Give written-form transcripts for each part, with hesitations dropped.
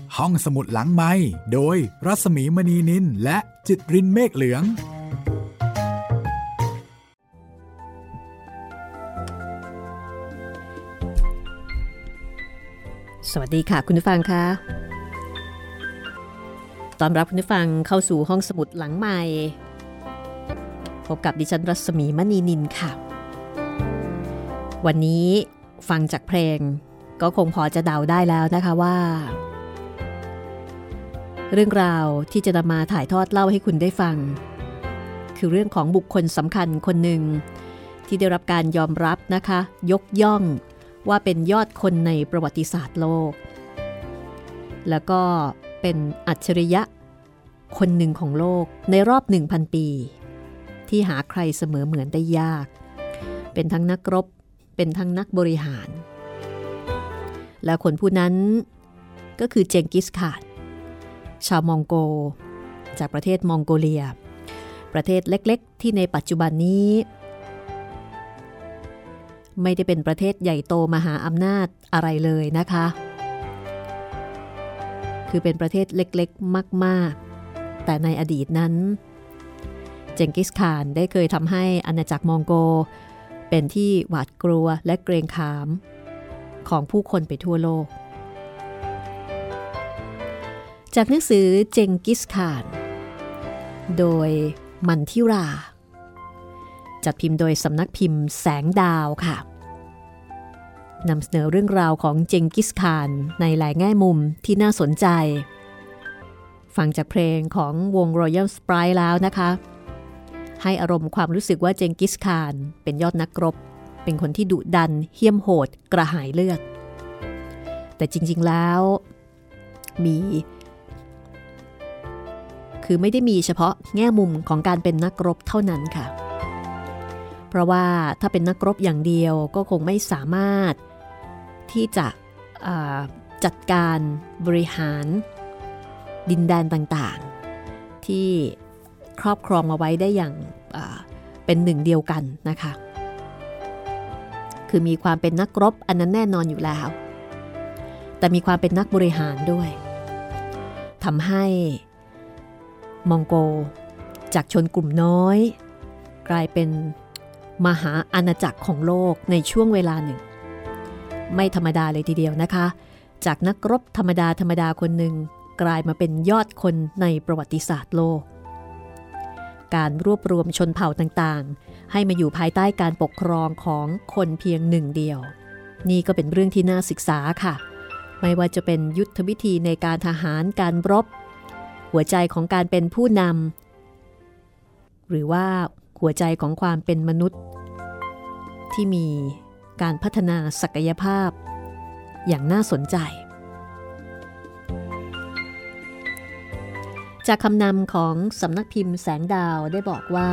ห้องสมุดหลังไมค์โดยรัศมีมณีนินและจิตรินเมฆเหลืองสวัสดีค่ะคุณผู้ฟังค่ะต้อนรับคุณผู้ฟังเข้าสู่ห้องสมุดหลังไมค์พบกับดิฉันรัศมีมณีนินค่ะวันนี้ฟังจากเพลงก็คงพอจะเดาได้แล้วนะคะว่าเรื่องราวที่จะนำมาถ่ายทอดเล่าให้คุณได้ฟังคือเรื่องของบุคคลสำคัญคนหนึ่งที่ได้รับการยอมรับนะคะยกย่องว่าเป็นยอดคนในประวัติศาสตร์โลกแล้วก็เป็นอัจฉริยะคนหนึ่งของโลกในรอบ 1,000 ปีที่หาใครเสมอเหมือนได้ยากเป็นทั้งนักรบเป็นทั้งนักบริหารและคนผู้นั้นก็คือเจงกิสข่านชาวมองโกจากประเทศมองโกเลียประเทศเล็กๆที่ในปัจจุบันนี้ไม่ได้เป็นประเทศใหญ่โตมหาอำนาจอะไรเลยนะคะคือเป็นประเทศเล็กๆมากๆแต่ในอดีตนั้นเจงกิสข่านได้เคยทำให้อาณาจักรมองโกเป็นที่หวาดกลัวและเกรงขามของผู้คนไปทั่วโลกจากหนังสือเจงกิสข่านโดยมันทิราจัดพิมพ์โดยสำนักพิมพ์แสงดาวค่ะนำเสนอเรื่องราวของเจงกิสข่านในหลายแง่มุมที่น่าสนใจฟังจากเพลงของวง Royal Sprite แล้วนะคะให้อารมณ์ความรู้สึกว่าเจงกิสข่านเป็นยอดนักรบเป็นคนที่ดุดันเหี้ยมโหดกระหายเลือดแต่จริงๆแล้วคือไม่ได้มีเฉพาะแง่มุมของการเป็นนักรบเท่านั้นค่ะเพราะว่าถ้าเป็นนักรบอย่างเดียวก็คงไม่สามารถที่จะจัดการบริหารดินแดนต่างๆที่ครอบครองมาไว้ได้อย่างเป็นหนึ่งเดียวกันนะคะคือมีความเป็นนักรบอันนั้นแน่นอนอยู่แล้วแต่มีความเป็นนักบริหารด้วยทำให้มองโกจากชนกลุ่มน้อยกลายเป็นมหาอาณาจักรของโลกในช่วงเวลาหนึ่งไม่ธรรมดาเลยทีเดียวนะคะจากนักรบธรรมดาคนหนึ่งกลายมาเป็นยอดคนในประวัติศาสตร์โลกการรวบรวมชนเผ่าต่างๆให้มาอยู่ภายใต้การปกครองของคนเพียงหนึ่งเดียวนี่ก็เป็นเรื่องที่น่าศึกษาค่ะไม่ว่าจะเป็นยุทธวิธีในการทหารการรบหัวใจของการเป็นผู้นำหรือว่าหัวใจของความเป็นมนุษย์ที่มีการพัฒนาศักยภาพอย่างน่าสนใจจากคำนำของสำนักพิมพ์แสงดาวได้บอกว่า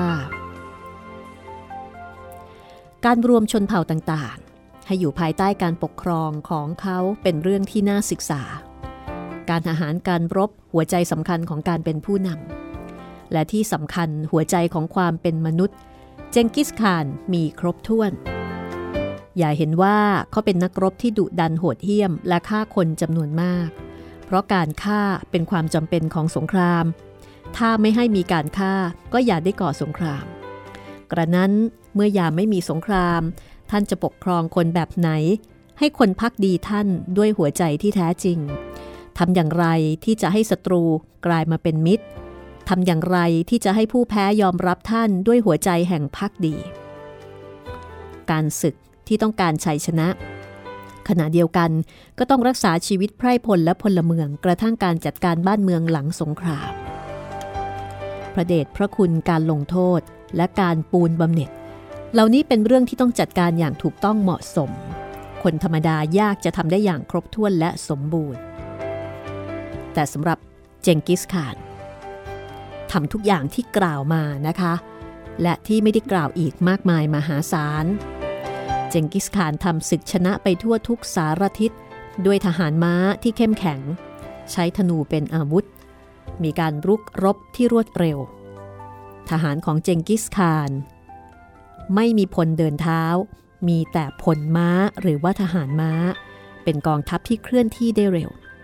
การรวมชนเผ่าต่างๆให้อยู่ภายใต้การปกครองของเขาเป็นเรื่องที่น่าศึกษาการทหารการรบหัวใจสำคัญของการเป็นผู้นำและที่สำคัญหัวใจของความเป็นมนุษย์เจงกิสข่านมีครบถ้วนอย่าเห็นว่าเขาเป็นนักรบที่ดุดันโหดเหี้ยมและฆ่าคนจำนวนมากเพราะการฆ่าเป็นความจำเป็นของสงครามถ้าไม่ให้มีการฆ่าก็อย่าได้ก่อสงครามกระนั้นเมื่อยามไม่มีสงครามท่านจะปกครองคนแบบไหนให้คนภักดีท่านด้วยหัวใจที่แท้จริงทำอย่างไรที่จะให้ศัตรูกลายมาเป็นมิตรทำอย่างไรที่จะให้ผู้แพ้ยอมรับท่านด้วยหัวใจแห่งภักดีการศึกที่ต้องการชัยชนะขณะเดียวกันก็ต้องรักษาชีวิตไพร่พลและพลเมืองกระทั่งการจัดการบ้านเมืองหลังสงครามพระเดชพระคุณการลงโทษและการปูนบำเหน็จเหล่านี้เป็นเรื่องที่ต้องจัดการอย่างถูกต้องเหมาะสมคนธรรมดายากจะทำได้อย่างครบถ้วนและสมบูรณ์แต่สำหรับเจงกิสข่านทำทุกอย่างที่กล่าวมานะคะและที่ไม่ได้กล่าวอีกมากมายมหาศาลเจงกิสข่านทำศึกชนะไปทั่วทุกสารทิศด้วยทหารม้าที่เข้มแข็งใช้ธนูเป็นอาวุธมีการรุกรบที่รวดเร็วทหารของเจงกิสข่านไม่มีพลเดินเท้ามีแต่พลม้าหรือว่าทหารม้าเป็นกองทัพที่เคลื่อนที่ได้เร็ว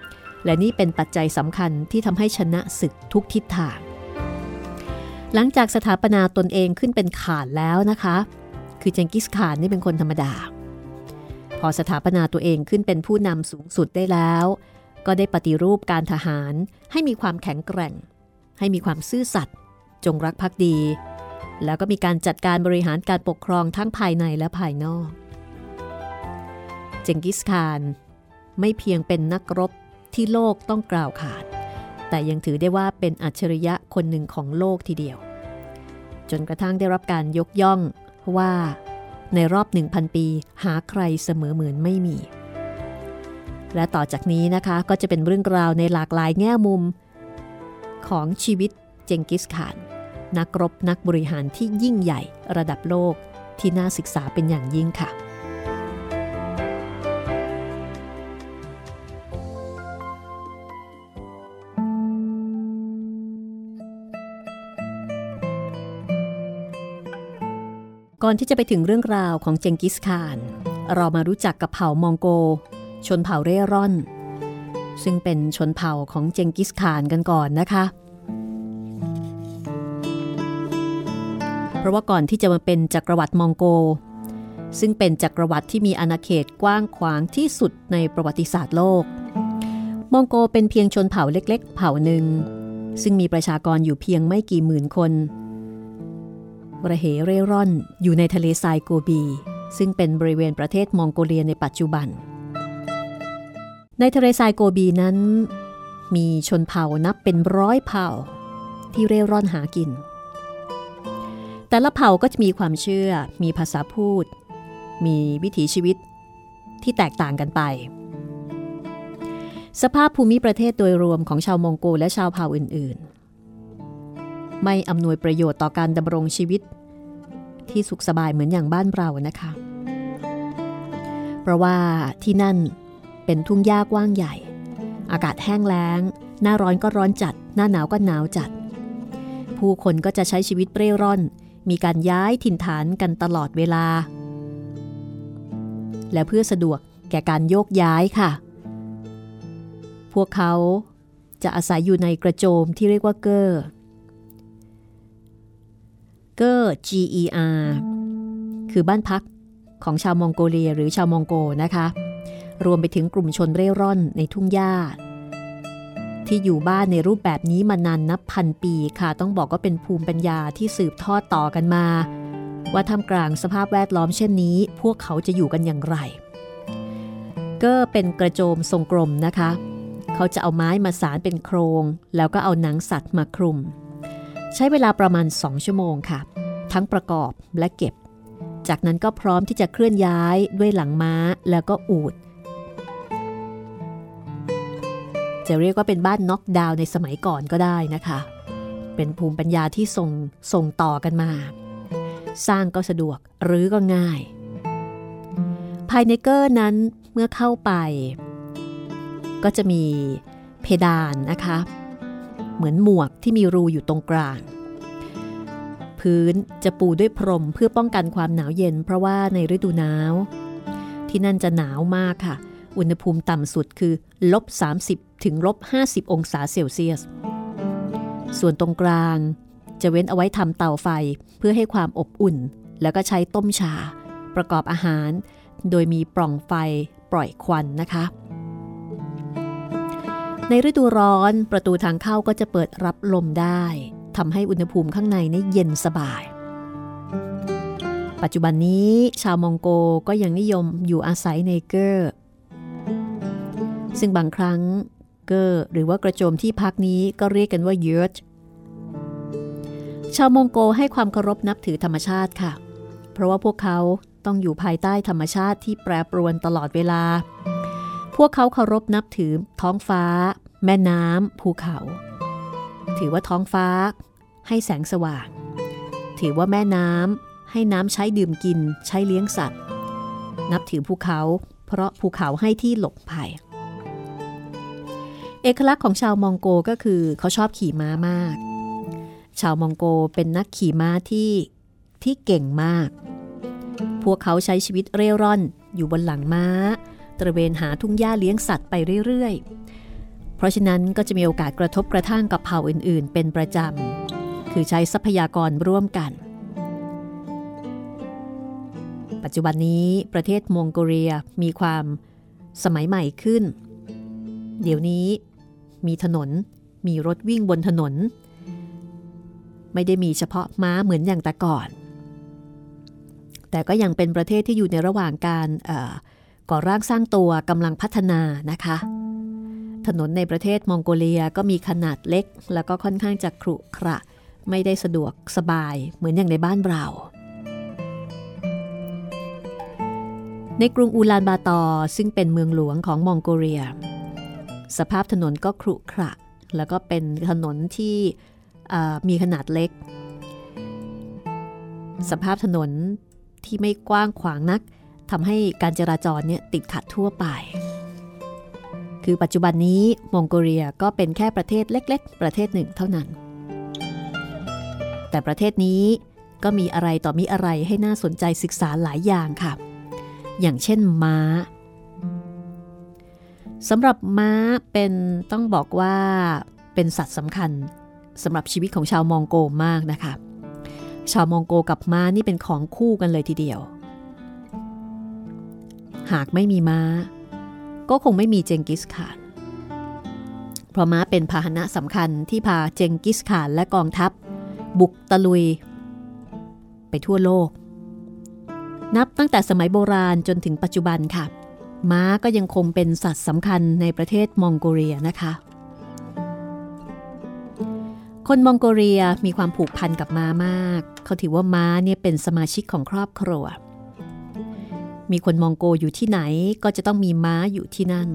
และนี่เป็นปัจจัยสำคัญที่ทำให้ชนะศึกทุกทิศทางหลังจากสถาปนาตนเองขึ้นเป็นข่านแล้วนะคะคือเจงกิสข่านนี่เป็นคนธรรมดาพอสถาปนาตัวเองขึ้นเป็นผู้นำสูงสุดได้แล้วก็ได้ปฏิรูปการทหารให้มีความแข็งแกร่งให้มีความซื่อสัตย์จงรักภักดีแล้วก็มีการจัดการบริหารการปกครองทั้งภายในและภายนอกเจงกิสข่านไม่เพียงเป็นนักรบที่โลกต้องกล่าวขานแต่ยังถือได้ว่าเป็นอัจฉริยะคนหนึ่งของโลกทีเดียวจนกระทั่งได้รับการยกย่องว่าในรอบ 1,000 ปีหาใครเสมอเหมือนไม่มีและต่อจากนี้นะคะก็จะเป็นเรื่องราวในหลากหลายแง่มุมของชีวิตเจงกิสข่านนักรบนักบริหารที่ยิ่งใหญ่ระดับโลกที่น่าศึกษาเป็นอย่างยิ่งค่ะก่อนที่จะไปถึงเรื่องราวของเจงกิสข่านเรามารู้จักกับเผ่ามองโกชนเผ่าเร่ร่อนซึ่งเป็นชนเผ่าของเจงกิสข่านกันก่อนนะคะเพราะว่าก่อนที่จะมาเป็นจักรวรรดิมองโกซึ่งเป็นจักรวรรดิที่มีอาณาเขตกว้างขวางที่สุดในประวัติศาสตร์โลกมองโกเป็นเพียงชนเผ่าเล็กๆเผ่าหนึ่งซึ่งมีประชากรอยู่เพียงไม่กี่หมื่นคนระเหเร่ร่อนอยู่ในทะเลทรายโกบีซึ่งเป็นบริเวณประเทศมองโกเลียในปัจจุบันในทะเลทรายโกบีนั้นมีชนเผ่านับเป็นร้อยเผ่าที่เร่ร่อนหากินแต่ละเผ่าก็จะมีความเชื่อมีภาษาพูดมีวิถีชีวิตที่แตกต่างกันไปสภาพภูมิประเทศโดยรวมของชาวมองโกและชาวเผ่าอื่นๆไม่อำนวยประโยชน์ต่อการดำรงชีวิตที่สุขสบายเหมือนอย่างบ้านเรานะคะเพราะว่าที่นั่นเป็นทุ่งหญ้ากว้างใหญ่อากาศแห้งแล้งหน้าร้อนก็ร้อนจัดหน้าหนาวก็หนาวจัดผู้คนก็จะใช้ชีวิตเร่ร่อนมีการย้ายถิ่นฐานกันตลอดเวลาและเพื่อสะดวกแก่การโยกย้ายค่ะพวกเขาจะอาศัยอยู่ในกระโจมที่เรียกว่าเกอร์ GER คือบ้านพักของชาวมองโกเลียหรือชาวมองโกนะคะรวมไปถึงกลุ่มชนเร่ร่อนในทุ่งหญ้าที่อยู่บ้านในรูปแบบนี้มานานนับพันปีค่ะต้องบอกว่าเป็นภูมิปัญญาที่สืบทอดต่อกันมาว่าท่ามกลางสภาพแวดล้อมเช่นนี้พวกเขาจะอยู่กันอย่างไรก็เป็นกระโจมทรงกลมนะคะเขาจะเอาไม้มาสานเป็นโครงแล้วก็เอาหนังสัตว์มาคลุมใช้เวลาประมาณ2 ชั่วโมงค่ะทั้งประกอบและเก็บจากนั้นก็พร้อมที่จะเคลื่อนย้ายด้วยหลังม้าแล้วก็อูฐจะเรียกว่าเป็นบ้านน็อกดาวน์ในสมัยก่อนก็ได้นะคะเป็นภูมิปัญญาที่ส่งต่อกันมาสร้างก็สะดวกหรือก็ง่ายภายในเกอร์นั้นเมื่อเข้าไปก็จะมีเพดานนะคะเหมือนหมวกที่มีรูอยู่ตรงกลางพื้นจะปูด้วยพรมเพื่อป้องกันความหนาวเย็นเพราะว่าในฤดูหนาวที่นั่นจะหนาวมากค่ะอุณหภูมิต่ำสุดคือ-30 ถึง-50 องศาเซลเซียสส่วนตรงกลางจะเว้นเอาไว้ทำเตาไฟเพื่อให้ความอบอุ่นแล้วก็ใช้ต้มชาประกอบอาหารโดยมีปล่องไฟปล่อยควันนะคะในฤดูร้อนประตูทางเข้าก็จะเปิดรับลมได้ทำให้อุณหภูมิข้างในนี่เย็นสบายปัจจุบันนี้ชาวมองโกก็ยังนิยมอยู่อาศัยในเกอร์ซึ่งบางครั้งเกอร์หรือว่ากระโจมที่พักนี้ก็เรียกกันว่าเยิร์ชชาวมองโกให้ความเคารพนับถือธรรมชาติค่ะเพราะว่าพวกเขาต้องอยู่ภายใต้ธรรมชาติที่แปรปรวนตลอดเวลาพวกเขาเคารพนับถือท้องฟ้าแม่น้ำภูเขาถือว่าท้องฟ้าให้แสงสว่างถือว่าแม่น้ำให้น้ำใช้ดื่มกินใช้เลี้ยงสัตว์นับถือภูเขาเพราะภูเขาให้ที่หลบภัยเอกลักษณ์ของชาวมองโกก็คือเขาชอบขี่ม้ามากชาวมองโกเป็นนักขี่ม้าที่เก่งมากพวกเขาใช้ชีวิตเร่ร่อนอยู่บนหลังม้าตระเวนหาทุ่งหญ้าเลี้ยงสัตว์ไปเรื่อยๆราะฉะนั้นก็จะมีโอกาสกระทบกระทั่งกับเผ่าอื่นๆเป็นประจำคือใช้ทรัพยากรร่วมกันปัจจุบันนี้ประเทศมองโกเลียมีความสมัยใหม่ขึ้นเดี๋ยวนี้มีถนนมีรถวิ่งบนถนนไม่ได้มีเฉพาะม้าเหมือนอย่างแต่ก่อนแต่ก็ยังเป็นประเทศที่อยู่ในระหว่างการก่อร่างสร้างตัวกำลังพัฒนานะคะถนนในประเทศมองโกเลียก็มีขนาดเล็กแล้วก็ค่อนข้างจะขรุขระไม่ได้สะดวกสบายเหมือนอย่างในบ้านเราในกรุงอูลานบาตอร์ซึ่งเป็นเมืองหลวงของมองโกเลียสภาพถนนก็ขรุขระแล้วก็เป็นถนนที่มีขนาดเล็กสภาพถนนที่ไม่กว้างขวางนักทำให้การจราจรเนี่ยติดขัดทั่วไปคือปัจจุบันนี้มองโกเลียก็เป็นแค่ประเทศเล็กๆประเทศหนึ่งเท่านั้นแต่ประเทศนี้ก็มีอะไรต่อมีอะไรให้น่าสนใจศึกษาหลายอย่างค่ะอย่างเช่นม้าสำหรับม้าเป็นต้องบอกว่าเป็นสัตว์สำคัญสำหรับชีวิตของชาวมองโกมากนะคะชาวมองโกกับม้านี่เป็นของคู่กันเลยทีเดียวหากไม่มีม้าก็คงไม่มีเจงกิสข่านเพราะม้าเป็นพาหนะสำคัญที่พาเจงกิสข่านและกองทัพบุกตะลุยไปทั่วโลกนับตั้งแต่สมัยโบราณจนถึงปัจจุบันค่ะม้าก็ยังคงเป็นสัตว์สำคัญในประเทศมองโกเลียนะคะคนมองโกเลียมีความผูกพันกับม้ามากเขาถือว่าม้าเนี่ยเป็นสมาชิกของครอบครัวมีคนมองโกอยู่ที่ไหนก็จะต้องมีม้าอยู่ที่นั่น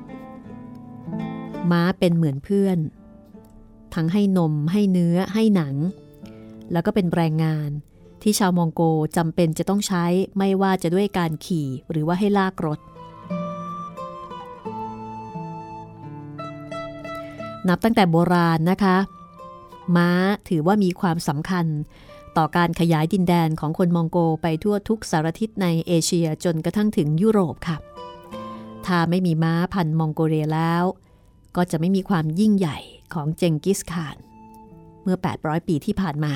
ม้าเป็นเหมือนเพื่อนทั้งให้นมให้เนื้อให้หนังแล้วก็เป็นแรงงานที่ชาวมองโกจำเป็นจะต้องใช้ไม่ว่าจะด้วยการขี่หรือว่าให้ลากรถนับตั้งแต่โบราณนะคะม้าถือว่ามีความสำคัญต่อการขยายดินแดนของคนมองโกไปทั่วทุกสารทิศในเอเชียจนกระทั่งถึงยุโรปค่ะถ้าไม่มีม้าพันธุ์มองโกเลียแล้วก็จะไม่มีความยิ่งใหญ่ของเจงกิสข่านเมื่อ800 ปีที่ผ่านมา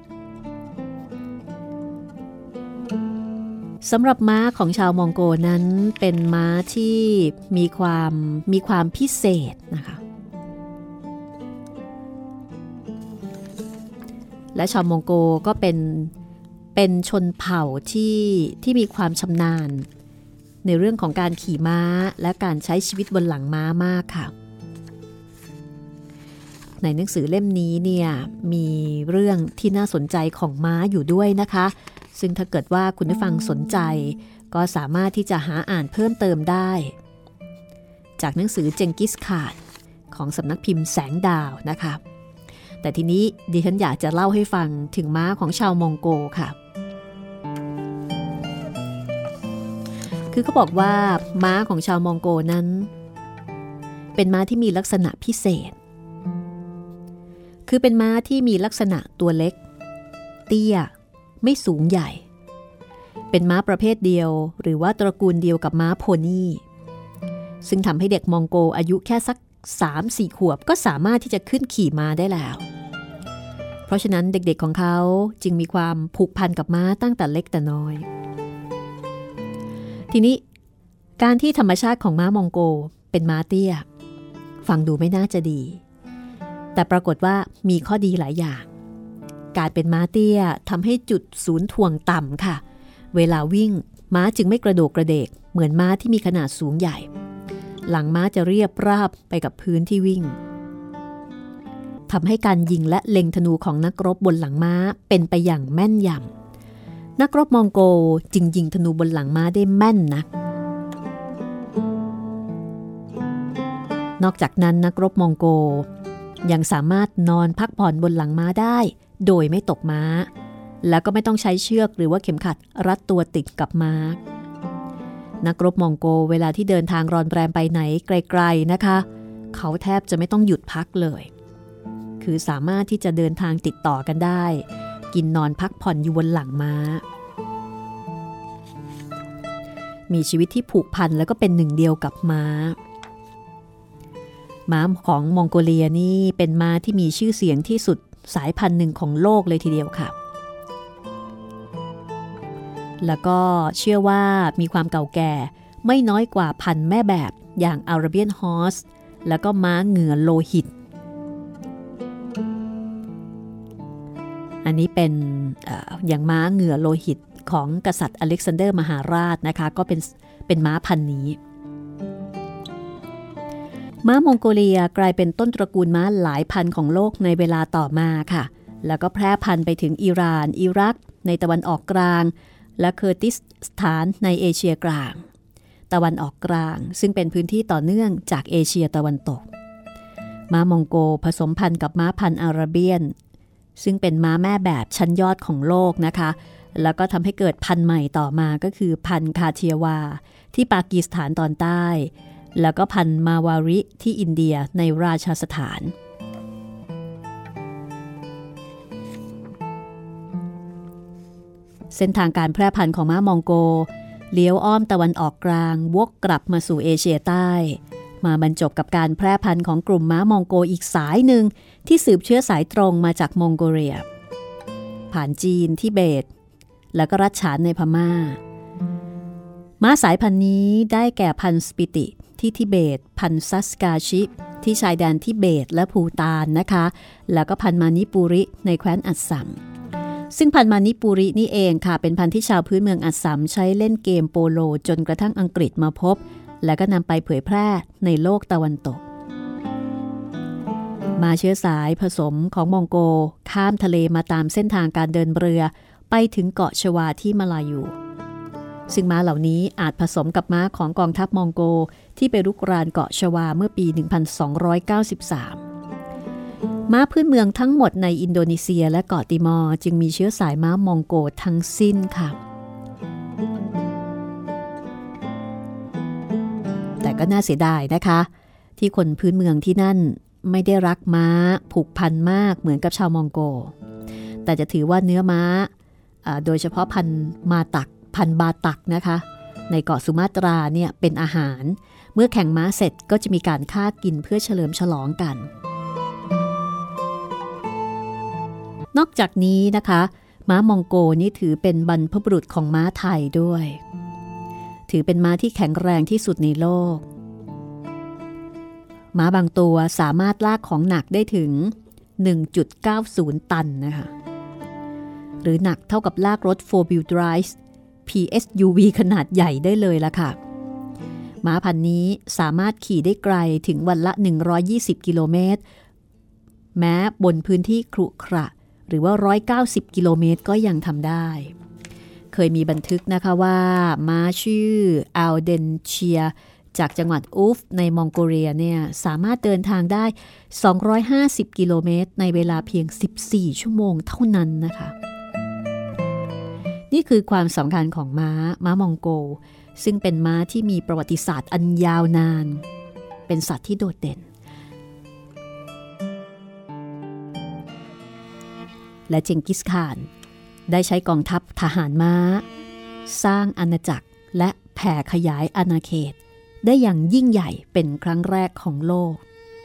สำหรับม้าของชาวมองโกนั้นเป็นม้าที่มีความพิเศษนะคะและชาวมองโกก็เป็นชนเผ่าที่มีความชำนาญในเรื่องของการขี่ม้าและการใช้ชีวิตบนหลังม้ามากค่ะในหนังสือเล่มนี้เนี่ยมีเรื่องที่น่าสนใจของม้าอยู่ด้วยนะคะซึ่งถ้าเกิดว่าคุณผู้ฟังสนใจก็สามารถที่จะหาอ่านเพิ่มเติมได้จากหนังสือเจงกิสข่านของสำนักพิมพ์แสงดาวนะคะแต่ทีนี้ดิฉันอยากจะเล่าให้ฟังถึงม้าของชาวมองโกค่ะคือเขาบอกว่าม้าของชาวมองโกนั้นเป็นม้าที่มีลักษณะพิเศษคือเป็นม้าที่มีลักษณะตัวเล็กเตี้ยไม่สูงใหญ่เป็นม้าประเภทเดียวหรือว่าตระกูลเดียวกับม้าโพนี่ซึ่งทำให้เด็กมองโกอายุแค่สัก 3-4 ขวบก็สามารถที่จะขึ้นขี่ม้าได้แล้วเพราะฉะนั้นเด็กๆของเขาจึงมีความผูกพันกับม้าตั้งแต่เล็กแต่น้อยทีนี้การที่ธรรมชาติของม้ามองโกเป็นม้าเตี้ยฟังดูไม่น่าจะดีแต่ปรากฏว่ามีข้อดีหลายอย่างการเป็นม้าเตี้ยทำให้จุดศูนย์ถ่วงต่ำค่ะเวลาวิ่งม้าจึงไม่กระโดดกระเดกเหมือนม้าที่มีขนาดสูงใหญ่หลังม้าจะเรียบราบไปกับพื้นที่วิ่งทำให้การยิงและเล็งธนูของนักรบบนหลังม้าเป็นไปอย่างแม่นยำนักรบมองโกจึงยิงธนูบนหลังม้าได้แม่นนักนอกจากนั้นนักรบมองโกยังสามารถนอนพักผ่อนบนหลังม้าได้โดยไม่ตกม้าแล้วก็ไม่ต้องใช้เชือกหรือว่าเข็มขัดรัดตัวติดกับม้านักรบมองโกเวลาที่เดินทางรอนแรมไปไหนไกลๆนะคะเขาแทบจะไม่ต้องหยุดพักเลยคือสามารถที่จะเดินทางติดต่อกันได้กินนอนพักผ่อนอยู่บนหลังม้ามีชีวิตที่ผูกพันแล้วก็เป็นหนึ่งเดียวกับม้าม้าของมองโกเลียนี่เป็นม้าที่มีชื่อเสียงที่สุดสายพันธุ์หนึ่งของโลกเลยทีเดียวค่ะแล้วก็เชื่อว่ามีความเก่าแก่ไม่น้อยกว่าพันธุ์แม่แบบอย่าง Arabian Horse แล้วก็ม้าเหงื่อโลหิตอันนี้เป็นอย่างม้าเหงื่อโลหิตของกษัตริย์อเล็กซานเดอร์มหาราชนะคะก็เป็นม้าพันธุ์นี้ม้ามองโกเลียกลายเป็นต้นตระกูลม้าหลายพันของโลกในเวลาต่อมาค่ะแล้วก็แพร่พันธุ์ไปถึงอิหร่านอิรักในตะวันออกกลางและเคอร์ติสถานในเอเชียกลางตะวันออกกลางซึ่งเป็นพื้นที่ต่อเนื่องจากเอเชียตะวันตกม้ามองโกผสมพันธุ์กับม้าพันธุ์อาราเบียนซึ่งเป็นม้าแม่แบบชั้นยอดของโลกนะคะแล้วก็ทำให้เกิดพันธุ์ใหม่ต่อมาก็คือพันธุ์คาเทียวาที่ปากีสถานตอนใต้แล้วก็พันธุ์มาวาริที่อินเดียในราชสถานเส้นทางการแพร่พันธุ์ของม้ามองโกเลี้ยวอ้อมตะวันออกกลางวกกลับมาสู่เอเชียใต้มาบรรจบกับการแพร่พันธุ์ของกลุ่มม้ามองโกอีกสายหนึ่งที่สืบเชื้อสายตรงมาจากมองโกเลียผ่านจีนทิเบตแล้วก็รัชฉานในพม่าม้าสายพันธุ์นี้ได้แก่พันธุ์สปิติที่ทิเบตพันธุ์ซัสกาชิที่ชายแดนทิเบตและภูฏานนะคะแล้วก็พันธุ์มานิปุริในแคว้นอัสสัมซึ่งพันธุ์มานิปุรินี่เองค่ะเป็นพันธุ์ที่ชาวพื้นเมืองอัสสัมใช้เล่นเกมโปโลจนกระทั่งอังกฤษมาพบแล้วก็นำไปเผยแพร่ในโลกตะวันตกมาเชื้อสายผสมของมองโกข้ามทะเลมาตามเส้นทางการเดินเรือไปถึงเกาะชวาที่มาลายูซึ่งม้าเหล่านี้อาจผสมกับม้าของกองทัพมองโกที่ไปรุกรานเกาะชวาเมื่อปี 1293 ม้าพื้นเมืองทั้งหมดในอินโดนีเซียและเกาะติมอร์จึงมีเชื้อสายม้ามองโกทั้งสิ้นค่ะแต่ก็น่าเสียดายนะคะที่คนพื้นเมืองที่นั่นไม่ได้รักม้าผูกพันมากเหมือนกับชาวมองโกแต่จะถือว่าเนื้อม้าโดยเฉพาะพันมาตักพันบาตักนะคะในเกาะสุมาตราเนี่ยเป็นอาหารเมื่อแข่งม้าเสร็จก็จะมีการฆ่ากินเพื่อเฉลิมฉลองกันนอกจากนี้นะคะม้ามองโกนี่ถือเป็นบรรพบุรุษของม้าไทยด้วยถือเป็นม้าที่แข็งแรงที่สุดในโลกม้าบางตัวสามารถลากของหนักได้ถึง 1.90 ตันนะคะหรือหนักเท่ากับลากรถ 4-wheel drive PSUV ขนาดใหญ่ได้เลยละค่ะม้าพันธุ์นี้สามารถขี่ได้ไกลถึงวันละ120กิโลเมตรแม้บนพื้นที่ขรุขระหรือว่า190กิโลเมตรก็ยังทำได้เคยมีบันทึกนะคะว่าม้าชื่ออัลเดนเชียจากจังหวัดอูฟในมองโกเลียเนี่ยสามารถเดินทางได้250กิโลเมตรในเวลาเพียง14ชั่วโมงเท่านั้นนะคะนี่คือความสำคัญของม้ามองโกซึ่งเป็นม้าที่มีประวัติศาสตร์อันยาวนานเป็นสัตว์ที่โดดเด่นและเจงกิสข่านได้ใช้กองทัพทหารม้าสร้างอาณาจักรและแผ่ขยายอาณาเขตได้อย่างยิ่งใหญ่เป็นครั้งแรกของโลก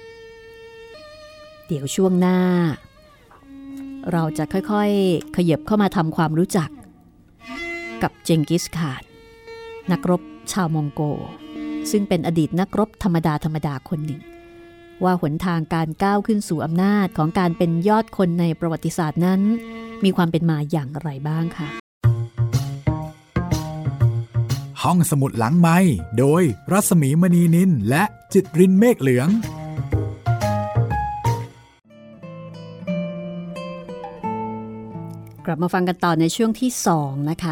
เดี๋ยวช่วงหน้าเราจะค่อยๆขยับเข้ามาทำความรู้จักกับเจงกิสข่านนักรบชาวมองโกซึ่งเป็นอดีตนักรบธรรมดาคนหนึ่งว่าหนทางการก้าวขึ้นสู่อำนาจของการเป็นยอดคนในประวัติศาสตร์นั้นมีความเป็นมาอย่างไรบ้างค่ะห้องสมุดหลังไมค์โดยรัศมีมณีนินและจิตรินเมฆเหลืองกลับมาฟังกันต่อในช่วงที่2นะคะ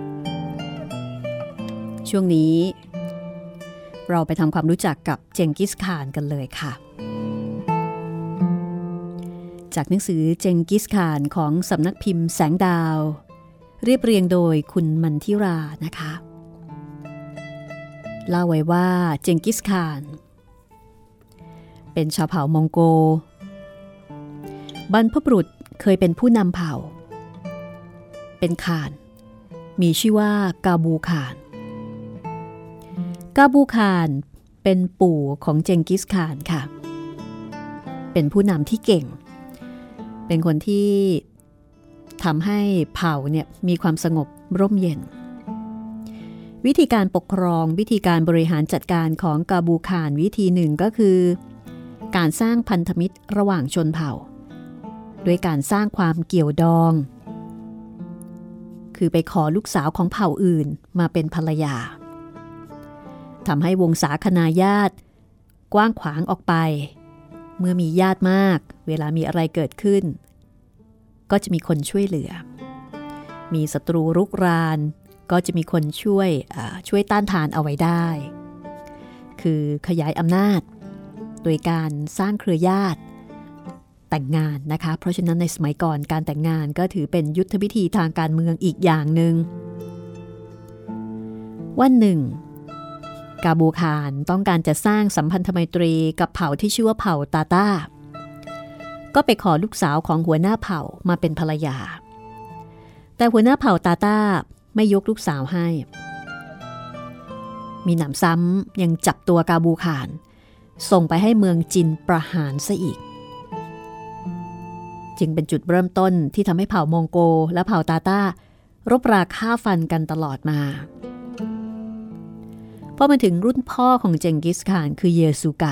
ช่วงนี้เราไปทำความรู้จักกับเจงกิสข่านกันเลยค่ะจากหนังสือเจงกิสข่านของสำนักพิมพ์แสงดาวเรียบเรียงโดยคุณมันทิรานะคะเล่าไว้ว่าเจงกิสข่านเป็นชาวเผ่ามองโกบรรพบุรุษเคยเป็นผู้นำเผ่าเป็นข่านมีชื่อว่ากาบูข่านกาบูข่านเป็นปู่ของเจงกิสข่านค่ะเป็นผู้นำที่เก่งเป็นคนที่ทำให้เผ่าเนี่ยมีความสงบร่มเย็นวิธีการปกครองวิธีการบริหารจัดการของกาบูข่านวิธีหนึ่งก็คือการสร้างพันธมิตรระหว่างชนเผ่าด้วยการสร้างความเกี่ยวดองคือไปขอลูกสาวของเผ่าอื่นมาเป็นภรรยาทำให้วงศาคณาญาติกว้างขวางออกไปเมื่อมีญาติมากเวลามีอะไรเกิดขึ้นก็จะมีคนช่วยเหลือมีศัตรูรุกรานก็จะมีคนช่วยต้านทานเอาไว้ได้คือขยายอำนาจโดยการสร้างเครือญาติแต่งงานนะคะเพราะฉะนั้นในสมัยก่อนการแต่งงานก็ถือเป็นยุทธวิธีทางการเมืองอีกอย่างหนึ่งวันหนึ่งกาบูข่านต้องการจะสร้างสัมพันธไมตรีกับเผ่าที่ชื่อว่าเผ่าตาต้าก็ไปขอลูกสาวของหัวหน้าเผ่ามาเป็นภรรยาแต่หัวหน้าเผ่าตาต้าไม่ยกลูกสาวให้มีหนำซ้ำยังจับตัวกาบูข่านส่งไปให้เมืองจินประหารซะอีกจึงเป็นจุดเริ่มต้นที่ทำให้เผ่ามองโกและเผ่าตาต้ารบราฆ่าฟันกันตลอดมาพอมาถึงรุ่นพ่อของเจงกิสข่านคือเยซูไก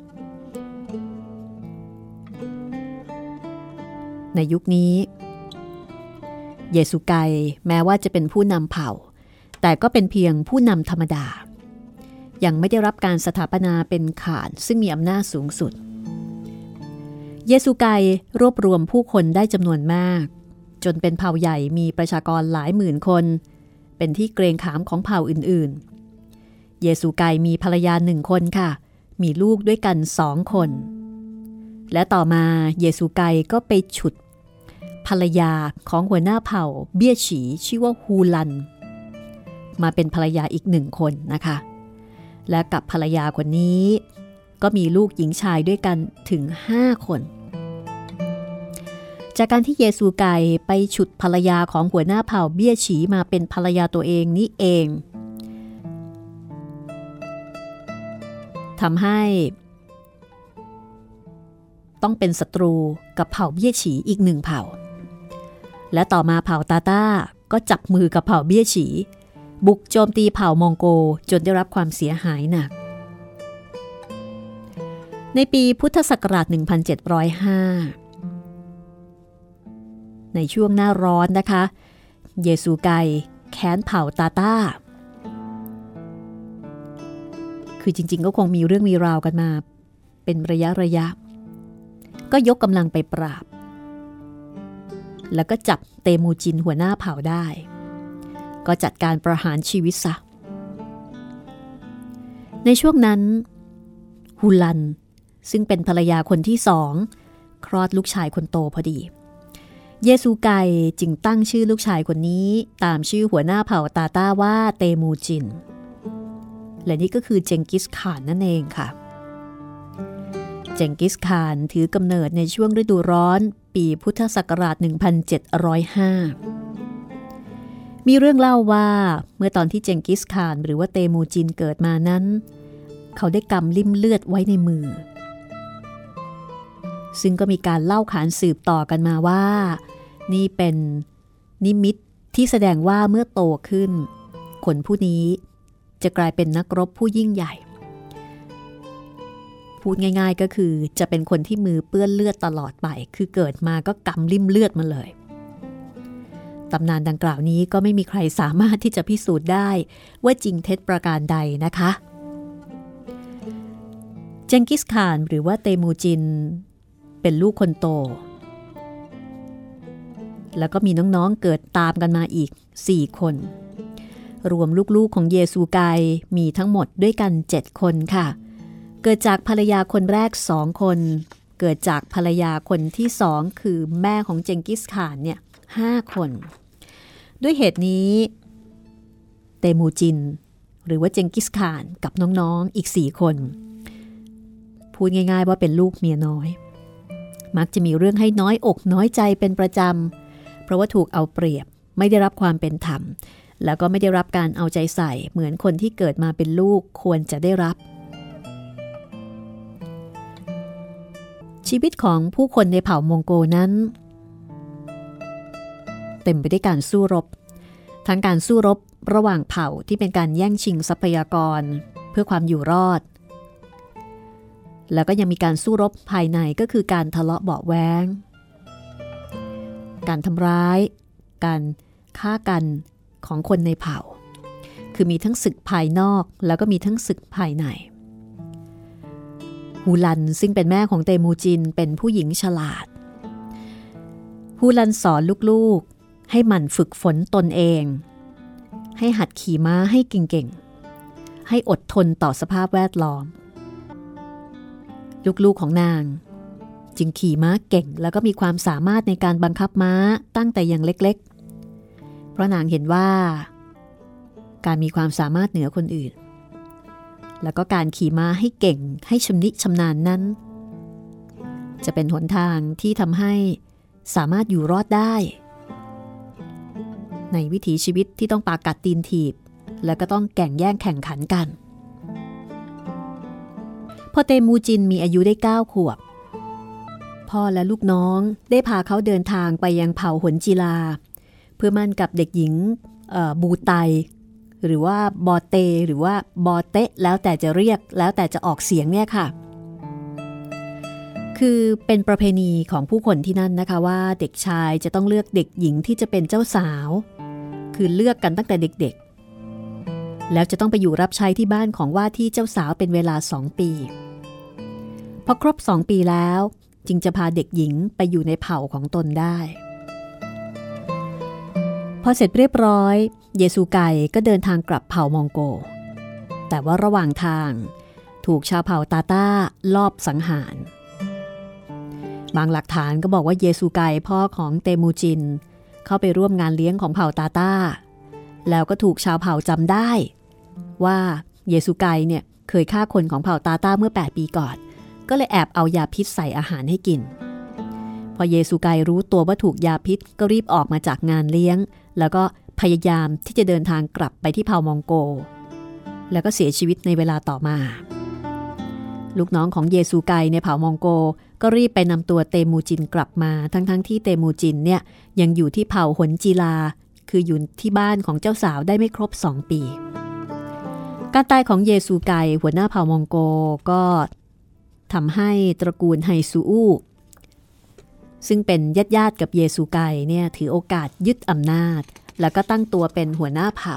ในยุคนี้เยซูไกแม้ว่าจะเป็นผู้นำเผ่าแต่ก็เป็นเพียงผู้นำธรรมดายังไม่ได้รับการสถาปนาเป็นข่านซึ่งมีอำนาจสูงสุดเยซูไกรวบรวมผู้คนได้จำนวนมากจนเป็นเผ่าใหญ่มีประชากรหลายหมื่นคนเป็นที่เกรงขามของเผ่าอื่นๆเยซูไกมีภรรยา1 คนค่ะมีลูกด้วยกัน2 คนและต่อมาเยซูไกก็ไปฉุดภรรยาของหัวหน้าเผ่าเบี้ยฉีชื่อว่าฮูลันมาเป็นภรรยาอีก1 คนนะคะและกับภรรยาคนนี้ก็มีลูกหญิงชายด้วยกันถึง5 คนจากการที่เยซูไกไปฉุดภรรยาของหัวหน้าเผ่าเบี้ยฉีมาเป็นภรรยาตัวเองนี่เองทำให้ต้องเป็นศัตรูกับเผ่าเบี้ยฉีอีก1 เผ่าและต่อมาเผ่าตาต้าก็จับมือกับเผ่าเบี้ยฉีบุกโจมตีเผ่ามองโกจนได้รับความเสียหายหนักในปีพุทธศักราช 1705 ในช่วงหน้าร้อนนะคะเยซูไกแค้นเผ่าตาต้าคือจริงๆก็คงมีเรื่องมีราวกันมาเป็นระยะก็ยกกำลังไปปราบแล้วก็จับเตมูจินหัวหน้าเผ่าได้ก็จัดการประหารชีวิตซะในช่วงนั้นฮูลันซึ่งเป็นภรรยาคนที่2คลอดลูกชายคนโตพอดีเยซูไกจึงตั้งชื่อลูกชายคนนี้ตามชื่อหัวหน้าเผ่าตาต้าว่าเตมูจินและนี่ก็คือเจงกิสข่านนั่นเองค่ะเจงกิสข่านถือกำเนิดในช่วงฤดูร้อนปีพุทธศักราช 1705 มีเรื่องเล่าว่าเมื่อตอนที่เจงกิสข่านหรือว่าเตมูจินเกิดมานั้นเขาได้กำลิ่มเลือดไว้ในมือซึ่งก็มีการเล่าขานสืบต่อกันมาว่านี่เป็นนิมิตที่แสดงว่าเมื่อโตขึ้นคนผู้นี้จะกลายเป็นนักรบผู้ยิ่งใหญ่พูดง่ายๆก็คือจะเป็นคนที่มือเปื้อนเลือดตลอดไปคือเกิดมาก็กำลิ่มเลือดมาเลยตำนานดังกล่าวนี้ก็ไม่มีใครสามารถที่จะพิสูจน์ได้ว่าจริงเท็จประการใดนะคะเจงกิสข่านหรือว่าเตมูจินเป็นลูกคนโตแล้วก็มีน้องๆเกิดตามกันมาอีก4 คนรวมลูกๆของเยซูไกมีทั้งหมดด้วยกัน7 คนค่ะเกิดจากภรรยาคนแรก2 คนเกิดจากภรรยาคนที่2คือแม่ของเจงกิสข่านเนี่ย5 คนด้วยเหตุนี้เตมูจินหรือว่าเจงกิสข่านกับน้องๆอีก4 คนพูดง่ายๆว่าเป็นลูกเมียน้อยมักจะมีเรื่องให้น้อยอกน้อยใจเป็นประจำเพราะว่าถูกเอาเปรียบไม่ได้รับความเป็นธรรมแล้วก็ไม่ได้รับการเอาใจใส่เหมือนคนที่เกิดมาเป็นลูกควรจะได้รับชีวิตของผู้คนในเผ่ามองโกนั้นเต็มไปด้วยการสู้รบทั้งการสู้รบระหว่างเผ่าที่เป็นการแย่งชิงทรัพยากรเพื่อความอยู่รอดแล้วก็ยังมีการสู้รบภายในก็คือการทะเลาะเบาะแว้งการทำร้ายการฆ่ากันของคนในเผ่าคือมีทั้งศึกภายนอกแล้วก็มีทั้งศึกภายในฮูลันซึ่งเป็นแม่ของเตมูจินเป็นผู้หญิงฉลาดฮูลันสอนลูกๆให้หมั่นฝึกฝนตนเองให้หัดขี่ม้าให้เก่งๆให้อดทนต่อสภาพแวดล้อมลูกๆของนางจึงขี่ม้าเก่งแล้วก็มีความสามารถในการบังคับม้าตั้งแต่ยังเล็กๆเพราะนางเห็นว่าการมีความสามารถเหนือคนอื่นแล้วก็การขี่ม้าให้เก่งให้ชำนิชำนาญนั้นจะเป็นหนทางที่ทำให้สามารถอยู่รอดได้ในวิถีชีวิตที่ต้องปากัดตีนถีบแล้วก็ต้องแข่งแย่งแข่งขันกันพอเตมูจินมีอายุได้9 ขวบพ่อและลูกน้องได้พาเขาเดินทางไปยังเผ่าหนจีลาเพื่อมั่นกับเด็กหญิงบูไตหรือว่าบอเตหรือว่าบอเตะแล้วแต่จะเรียกแล้วแต่จะออกเสียงเนี่ยค่ะคือเป็นประเพณีของผู้คนที่นั่นนะคะว่าเด็กชายจะต้องเลือกเด็กหญิงที่จะเป็นเจ้าสาวคือเลือกกันตั้งแต่เด็กๆแล้วจะต้องไปอยู่รับใช้ที่บ้านของว่าที่เจ้าสาวเป็นเวลา2 ปีพอครบ2 ปีแล้วจึงจะพาเด็กหญิงไปอยู่ในเผ่าของตนได้พอเสร็จเรียบร้อยเยซูไกก็เดินทางกลับเผ่ามองโกแต่ว่าระหว่างทางถูกชาวเผ่าตาต้าลอบสังหารบางหลักฐานก็บอกว่าเยซูไกพ่อของเตมูจินเข้าไปร่วมงานเลี้ยงของเผ่าตาต้าแล้วก็ถูกชาวเผ่าจำได้ว่าเยซูไกเนี่ยเคยฆ่าคนของเผ่าตาต้าเมื่อ8 ปีก่อนก็เลยแอบเอายาพิษใส่อาหารให้กินพอเยซูไกรู้ตัวว่าถูกยาพิษก็รีบออกมาจากงานเลี้ยงแล้วก็พยายามที่จะเดินทางกลับไปที่เผ่ามองโกแล้วก็เสียชีวิตในเวลาต่อมาลูกน้องของเยซูไกในเผ่ามองโกก็รีบไปนำตัวเตมูจินกลับมาทั้งที่เตมูจินเนี่ยยังอยู่ที่เผ่าหนจีลาคืออยู่ที่บ้านของเจ้าสาวได้ไม่ครบ2 ปีการตายของเยซูไกหัวหน้าเผ่ามองโกก็ทำให้ตระกูลไฮซูอูซึ่งเป็นญาติกับเยซูไกเนี่ยถือโอกาสยึดอำนาจแล้วก็ตั้งตัวเป็นหัวหน้าเผ่า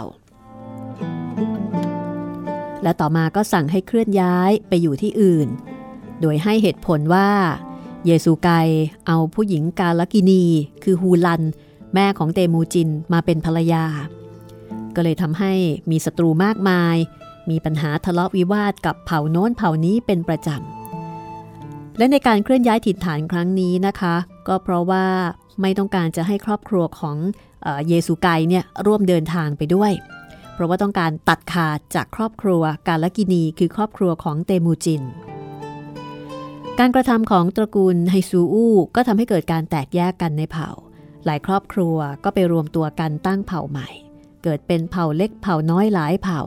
และต่อมาก็สั่งให้เคลื่อนย้ายไปอยู่ที่อื่นโดยให้เหตุผลว่าเยซูไกเอาผู้หญิงกาลกินีคือฮูลันแม่ของเตมูจินมาเป็นภรรยาก็เลยทำให้มีศัตรูมากมายมีปัญหาทะเลาะวิวาทกับเผ่าโน้นเผ่านี้เป็นประจำและในการเคลื่อนย้ายถิ่นฐานครั้งนี้นะคะก็เพราะว่าไม่ต้องการจะให้ครอบครัวของเยซูไกเนี่ยร่วมเดินทางไปด้วยเพราะว่าต้องการตัดขาดจากครอบครัวกาลกินีคือครอบครัวของเตมูจินการกระทำของตระกูลไฮซูอูก็ทำให้เกิดการแตกแยกกันในเผ่าหลายครอบครัวก็ไปรวมตัวกันตั้งเผ่าใหม่เกิดเป็นเผ่าเล็กเผ่าน้อยหลายเผ่า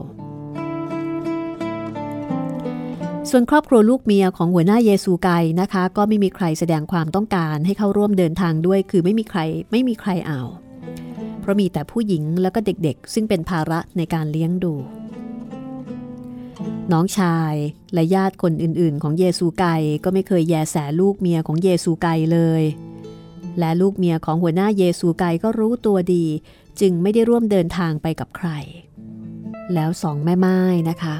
ส่วนครอบครัวลูกเมียของหัวหน้าเยซูไกนะคะก็ไม่มีใครแสดงความต้องการให้เข้าร่วมเดินทางด้วยคือไม่มีใครเอาเพราะมีแต่ผู้หญิงแล้วก็เด็กๆซึ่งเป็นภาระในการเลี้ยงดูน้องชายและญาติคนอื่นๆของเยซูไกก็ไม่เคยแยแสลูกเมียของเยซูไกเลยและลูกเมียของหัวหน้าเยซูไกก็รู้ตัวดีจึงไม่ได้ร่วมเดินทางไปกับใครแล้ว2 แม่ไม้นะคะ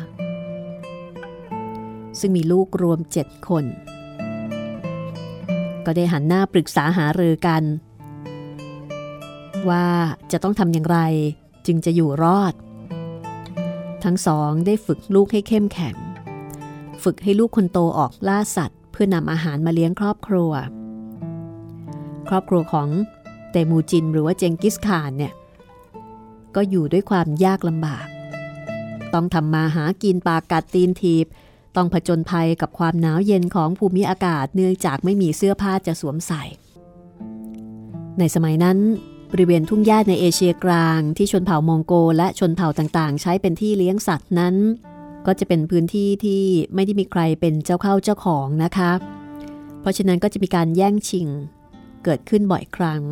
ซึ่งมีลูกรวม7 คนก็ได้หันหน้าปรึกษาหารือกันว่าจะต้องทำอย่างไรจึงจะอยู่รอดทั้ง2ได้ฝึกลูกให้เข้มแข็งฝึกให้ลูกคนโตออกล่าสัตว์เพื่อนำอาหารมาเลี้ยงครอบครัวของเตมูจินหรือว่าเจงกิสข่านเนี่ยก็อยู่ด้วยความยากลำบากต้องทำมาหากินปากกัดตีนถีบต้องผจญภัยกับความหนาวเย็นของภูมิอากาศเนื่องจากไม่มีเสื้อผ้าจะสวมใส่ในสมัยนั้นบริเวณทุ่งหญ้าในเอเชียกลางที่ชนเผ่ามองโกและชนเผ่าต่างๆใช้เป็นที่เลี้ยงสัตว์นั้นก็จะเป็นพื้นที่ที่ไม่ได้มีใครเป็นเจ้าเข้าเจ้าของนะคะเพราะฉะนั้นก็จะมีการแย่งชิงเกิดขึ้นบ่อยครั้ง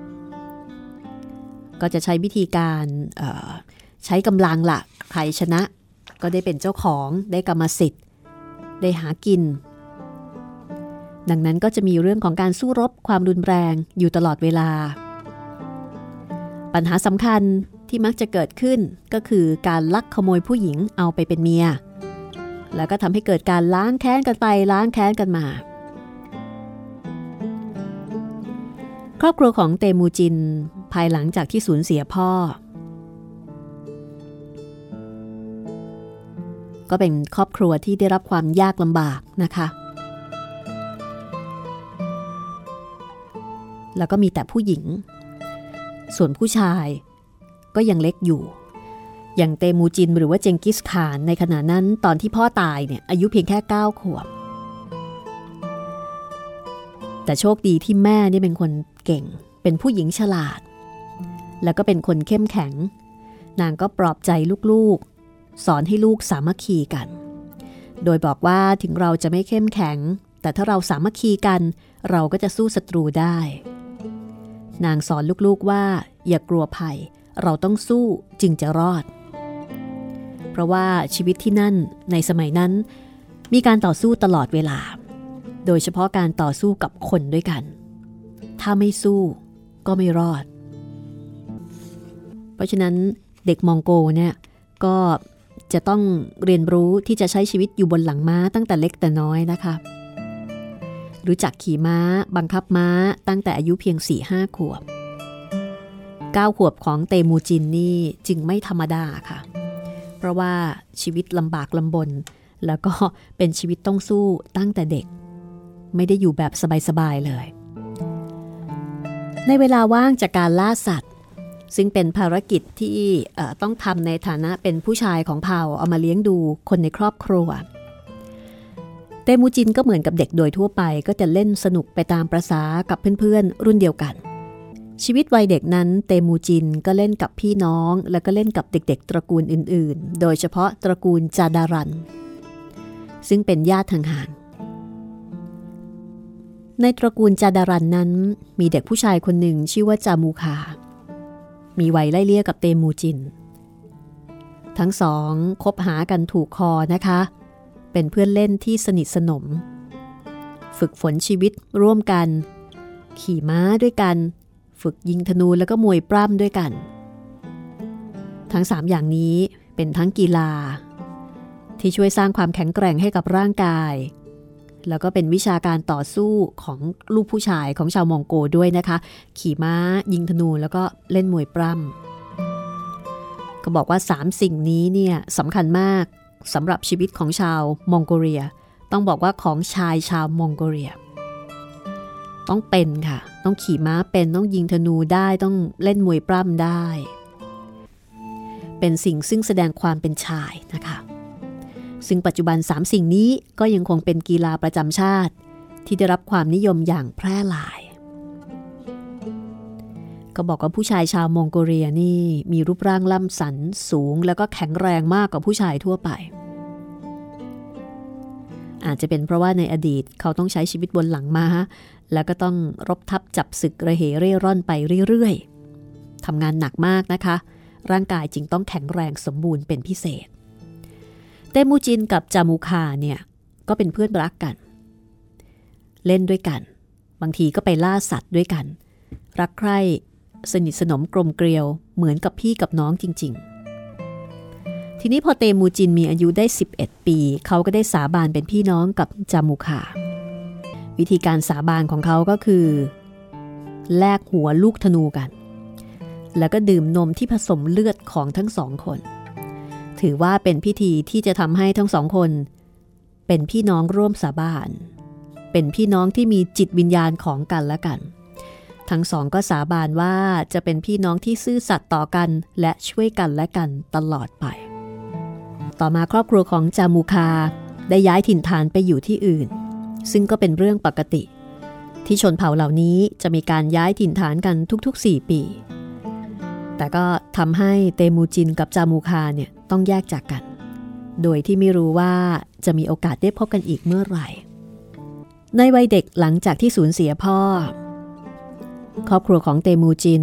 ก็จะใช้วิธีการใช้กำลังละใครชนะก็ได้เป็นเจ้าของได้กรรมสิทธิ์ได้หากินดังนั้นก็จะมีเรื่องของการสู้รบความรุนแรงอยู่ตลอดเวลาปัญหาสำคัญที่มักจะเกิดขึ้นก็คือการลักขโมยผู้หญิงเอาไปเป็นเมียแล้วก็ทำให้เกิดการล้างแค้นกันไปล้างแค้นกันมาครอบครัวของเตมูจินภายหลังจากที่สูญเสียพ่อก็เป็นครอบครัวที่ได้รับความยากลำบากนะคะแล้วก็มีแต่ผู้หญิงส่วนผู้ชายก็ยังเล็กอยู่อย่างเตมูจินหรือว่าเจงกิสข่านในขณะนั้นตอนที่พ่อตายเนี่ยอายุเพียงแค่9 ขวบแต่โชคดีที่แม่นี่เป็นคนเก่งเป็นผู้หญิงฉลาดแล้วก็เป็นคนเข้มแข็งนางก็ปลอบใจลูกๆสอนให้ลูกสามัคคีกันโดยบอกว่าถึงเราจะไม่เข้มแข็งแต่ถ้าเราสามัคคีกันเราก็จะสู้ศัตรูได้นางสอนลูกๆว่าอย่ากลัวภัยเราต้องสู้จึงจะรอดเพราะว่าชีวิตที่นั่นในสมัยนั้นมีการต่อสู้ตลอดเวลาโดยเฉพาะการต่อสู้กับคนด้วยกันถ้าไม่สู้ก็ไม่รอดเพราะฉะนั้นเด็กมองโกเนี่ยก็จะต้องเรียนรู้ที่จะใช้ชีวิตอยู่บนหลังม้าตั้งแต่เล็กแต่น้อยนะคะรู้จักขี่ม้าบังคับม้าตั้งแต่อายุเพียง 4-5 ขวบ9 ขวบของเตมูจินนี่จึงไม่ธรรมดาค่ะเพราะว่าชีวิตลำบากลำบนแล้วก็เป็นชีวิตต้องสู้ตั้งแต่เด็กไม่ได้อยู่แบบสบายๆเลยในเวลาว่างจากการล่าสัตว์ซึ่งเป็นภารกิจที่ต้องทำในฐานะเป็นผู้ชายของเผ่าเอามาเลี้ยงดูคนในครอบครัวเตมูจินก็เหมือนกับเด็กโดยทั่วไปก็จะเล่นสนุกไปตามประสากับเพื่อนๆรุ่นเดียวกันชีวิตวัยเด็กนั้นเตมูจินก็เล่นกับพี่น้องแล้วก็เล่นกับเด็กๆตระกูลอื่นๆโดยเฉพาะตระกูลจาดารันซึ่งเป็นญาติห่างๆในตระกูลจาดารันนั้นมีเด็กผู้ชายคนหนึ่งชื่อว่าจามูคามีวัยไล่เลี่ยกับเตมูจินทั้งสองคบหากันถูกคอนะคะเป็นเพื่อนเล่นที่สนิทสนมฝึกฝนชีวิตร่วมกันขี่ม้าด้วยกันฝึกยิงธนูแล้วก็มวยปล้ำด้วยกันทั้ง3อย่างนี้เป็นทั้งกีฬาที่ช่วยสร้างความแข็งแกร่งให้กับร่างกายแล้วก็เป็นวิชาการต่อสู้ของลูกผู้ชายของชาวมองโกด้วยนะคะขี่ม้ายิงธนูแล้วก็เล่นมวยปล้ำก็บอกว่า3สิ่งนี้เนี่ยสำคัญมากสำหรับชีวิตของชาวมองโกเลียต้องบอกว่าของชายชาวมองโกเลียต้องเป็นค่ะต้องขี่ม้าเป็นต้องยิงธนูได้ต้องเล่นมวยปล้ำได้เป็นสิ่งซึ่งแสดงความเป็นชายนะคะซึ่งปัจจุบัน3สิ่งนี้ก็ยังคงเป็นกีฬาประจำชาติที่ได้รับความนิยมอย่างแพร่หลายก็บอกว่าผู้ชายชาวมองโกเลียนี่มีรูปร่างล่ำสันสูงแล้วก็แข็งแรงมากกว่าผู้ชายทั่วไปอาจจะเป็นเพราะว่าในอดีตเขาต้องใช้ชีวิตบนหลังม้าแล้วก็ต้องรบทับจับศึกระเหเร่ร่อนไปเรื่อยๆทำงานหนักมากนะคะร่างกายจึงต้องแข็งแรงสมบูรณ์เป็นพิเศษเตมูจินกับจามูคาเนี่ยก็เป็นเพื่อนรักกันเล่นด้วยกันบางทีก็ไปล่าสัตว์ด้วยกันรักใคร่สนิทสนมกลมเกลียวเหมือนกับพี่กับน้องจริงๆทีนี้พอเตมูจินมีอายุได้11 ปีเขาก็ได้สาบานเป็นพี่น้องกับจามูคาวิธีการสาบานของเขาก็คือแลกหัวลูกธนูกันแล้วก็ดื่มนมที่ผสมเลือดของทั้งสองคนถือว่าเป็นพิธีที่จะทำให้ทั้งสองคนเป็นพี่น้องร่วมสาบานเป็นพี่น้องที่มีจิตวิญญาณของกันและกันทั้งสองก็สาบานว่าจะเป็นพี่น้องที่ซื่อสัตย์ต่อกันและช่วยกันและกันตลอดไปต่อมาครอบครัวของจามูคาได้ย้ายถิ่นฐานไปอยู่ที่อื่นซึ่งก็เป็นเรื่องปกติที่ชนเผ่าเหล่านี้จะมีการย้ายถิ่นฐานกันทุกๆ4 ปีแต่ก็ทำให้เตมูจินกับจามูคาเนี่ยต้องแยกจากกันโดยที่ไม่รู้ว่าจะมีโอกาสได้พบกันอีกเมื่อไหร่ในวัยเด็กหลังจากที่สูญเสียพ่อครอบครัวของเตมูจิน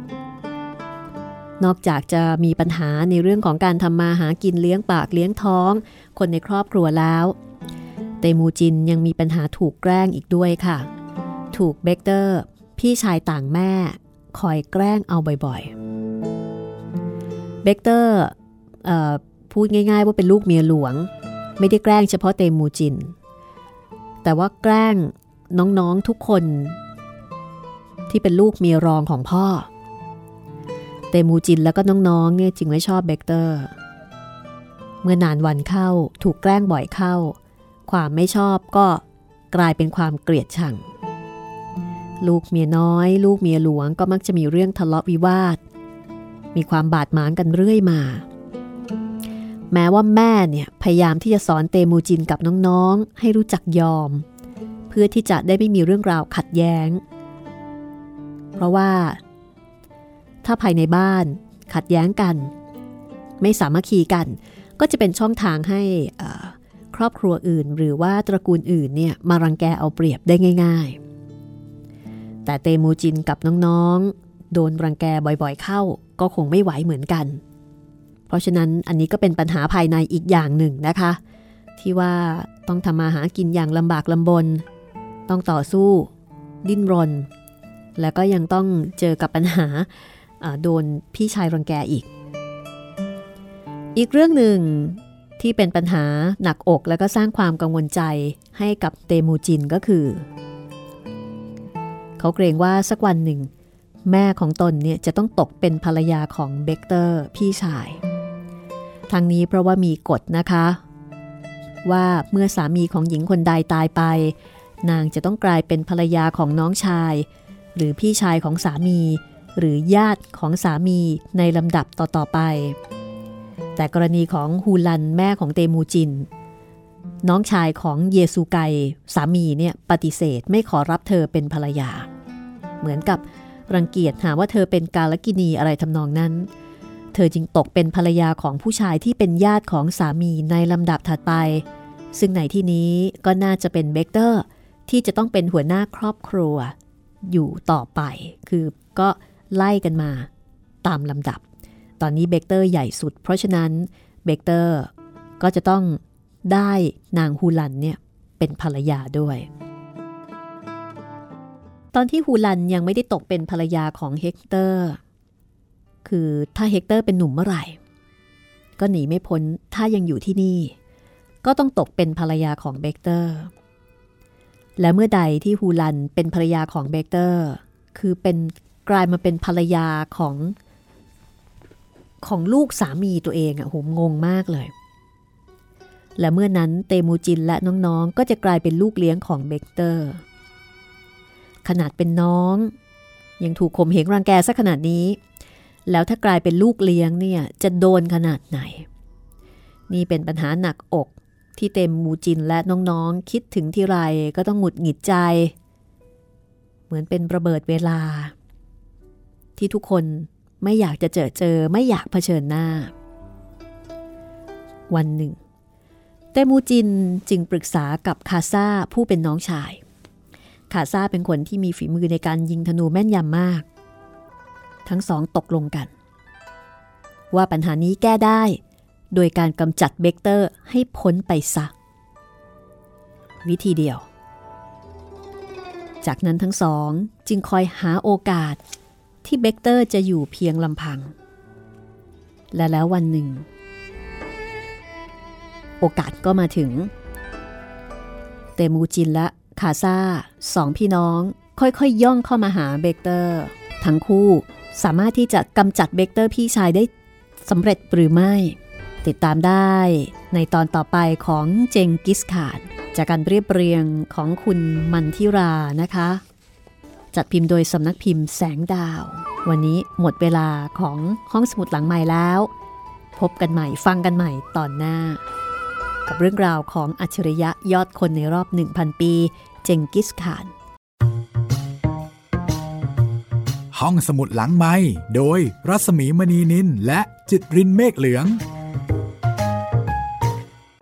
นอกจากจะมีปัญหาในเรื่องของการทำมาหากินเลี้ยงปากเลี้ยงท้องคนในครอบครัวแล้วเตมูจินยังมีปัญหาถูกแกล้งอีกด้วยค่ะถูกเบคเตอร์พี่ชายต่างแม่คอยแกล้งเอาบ่อยๆเบคเตอร์พูดง่ายๆว่าเป็นลูกเมียหลวงไม่ได้แกล้งเฉพาะเตมูจินแต่ว่าแกล้งน้องๆทุกคนที่เป็นลูกเมียรองของพ่อเตมูจินแล้วก็น้องๆเนี่ยจึงไม่ชอบเบคเตอร์เมื่อนานวันเข้าถูกแกล้งบ่อยเข้าความไม่ชอบก็กลายเป็นความเกลียดชังลูกเมียน้อยลูกเมียหลวงก็มักจะมีเรื่องทะเลาะวิวาทมีความบาดหมางกันเรื่อยมาแม้ว่าแม่เนี่ยพยายามที่จะสอนเตมูจินกับน้องๆให้รู้จักยอมเพื่อที่จะได้ไม่มีเรื่องราวขัดแย้งเพราะว่าถ้าภายในบ้านขัดแย้งกันไม่สามัคคีกันก็จะเป็นช่องทางให้ครอบครัวอื่นหรือว่าตระกูลอื่นเนี่ยมารังแกเอาเปรียบได้ง่ายๆแต่เตมูจินกับน้องๆโดนรังแกบ่อยๆเข้าก็คงไม่ไหวเหมือนกันเพราะฉะนั้นอันนี้ก็เป็นปัญหาภายในอีกอย่างหนึ่งนะคะที่ว่าต้องทำมาหากินอย่างลำบากลำบนต้องต่อสู้ดิ้นรนแล้วก็ยังต้องเจอกับปัญหาโดนพี่ชายรังแกอีกเรื่องหนึ่งที่เป็นปัญหาหนักอกแล้วก็สร้างความกังวลใจให้กับเตมูจินก็คือเขาเกรงว่าสักวันหนึ่งแม่ของตนเนี่ยจะต้องตกเป็นภรรยาของเบคเตอร์พี่ชายทางนี้เพราะว่ามีกฎนะคะว่าเมื่อสามีของหญิงคนใดตายไปนางจะต้องกลายเป็นภรรยาของน้องชายหรือพี่ชายของสามีหรือญาติของสามีในลำดับต่อๆไปแต่กรณีของฮูลันแม่ของเตมูจินน้องชายของเยซูไกสามีเนี่ยปฏิเสธไม่ขอรับเธอเป็นภรรยาเหมือนกับรังเกียจหาว่าเธอเป็นกาลกิณีอะไรทำนองนั้นเธอจึงตกเป็นภรรยาของผู้ชายที่เป็นญาติของสามีในลำดับถัดไปซึ่งในที่นี้ก็น่าจะเป็นเบคเตอร์ที่จะต้องเป็นหัวหน้าครอบครัวอยู่ต่อไปคือก็ไล่กันมาตามลำดับตอนนี้เบคเตอร์ใหญ่สุดเพราะฉะนั้นเบคเตอร์ก็จะต้องได้นางฮูลันเนี่ยเป็นภรรยาด้วยตอนที่ฮูลันยังไม่ได้ตกเป็นภรรยาของเฮกเตอร์คือถ้าเฮกเตอร์เป็นหนุ่มเมื่อไหร่ก็หนีไม่พ้นถ้ายังอยู่ที่นี่ก็ต้องตกเป็นภรรยาของเบคเตอร์และเมื่อใดที่ฮูลันเป็นภรรยาของเบคเตอร์คือเป็นกลายมาเป็นภรรยาของลูกสามีตัวเองโหงงมากเลยและเมื่อนั้นเตมูจินและน้องๆก็จะกลายเป็นลูกเลี้ยงของเบคเตอร์ขนาดเป็นน้องยังถูกข่มเหงรังแกซะขนาดนี้แล้วถ้ากลายเป็นลูกเลี้ยงเนี่ยจะโดนขนาดไหนนี่เป็นปัญหาหนักอกที่เตมูจินและน้องๆคิดถึงทีไรก็ต้องหงุดหงิดใจเหมือนเป็นระเบิดเวลาที่ทุกคนไม่อยากจะเจอไม่อยากเผชิญหน้าวันหนึ่งเตมูจินจึงปรึกษากับคาซาผู้เป็นน้องชายคาซาเป็นคนที่มีฝีมือในการยิงธนูแม่นยำมากทั้งสองตกลงกันว่าปัญหานี้แก้ได้โดยการกำจัดเบคเตอร์ให้พ้นไปซะวิธีเดียวจากนั้นทั้งสองจึงคอยหาโอกาสที่เบคเตอร์จะอยู่เพียงลำพังและแล้ววันหนึ่งโอกาสก็มาถึงเตมูจินและคาซาสองพี่น้องค่อยๆย่องเข้ามาหาเบคเตอร์ทั้งคู่สามารถที่จะกำจัดเบคเตอร์พี่ชายได้สำเร็จหรือไม่ติดตามได้ในตอนต่อไปของเจงกิสข่านจากการเรียบเรียงของคุณมันทิรานะคะจัดพิมพ์โดยสำนักพิมพ์แสงดาววันนี้หมดเวลาของห้องสมุดหลังใหม่แล้วพบกันใหม่ฟังกันใหม่ตอนหน้ากับเรื่องราวของอัจฉริยะยอดคนในรอบ 1,000 ปีเจงกิสข่านห้องสมุดหลังไมค์โดยรัศมีมณีนินและจิตรินเมฆเหลือง